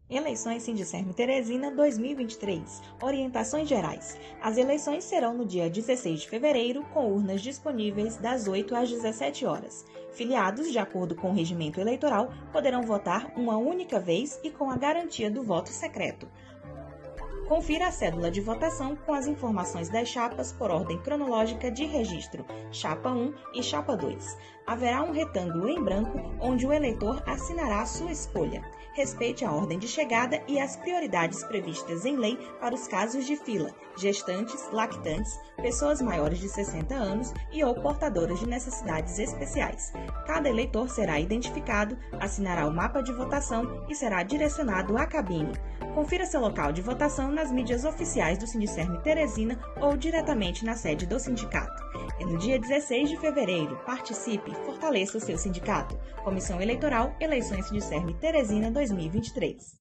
Eleições Sindicerme Teresina 2023. Orientações gerais. As eleições serão no dia 16 de fevereiro, com urnas disponíveis das 8 às 17 horas. Filiados, de acordo com o regimento eleitoral, poderão votar uma única vez e com a garantia do voto secreto. Confira a cédula de votação com as informações das chapas por ordem cronológica de registro, chapa 1 e chapa 2. Haverá um retângulo em branco onde o eleitor assinará a sua escolha. Respeite a ordem de chegada e as prioridades previstas em lei para os casos de fila, gestantes, lactantes, pessoas maiores de 60 anos e ou portadoras de necessidades especiais. Cada eleitor será identificado, assinará o mapa de votação e será direcionado à cabine. Confira seu local de votação nas mídias oficiais do Sindicerme Teresina ou diretamente na sede do sindicato. E no dia 16 de fevereiro, participe e fortaleça o seu sindicato. Comissão Eleitoral, Eleições Sindicerme Teresina 2023.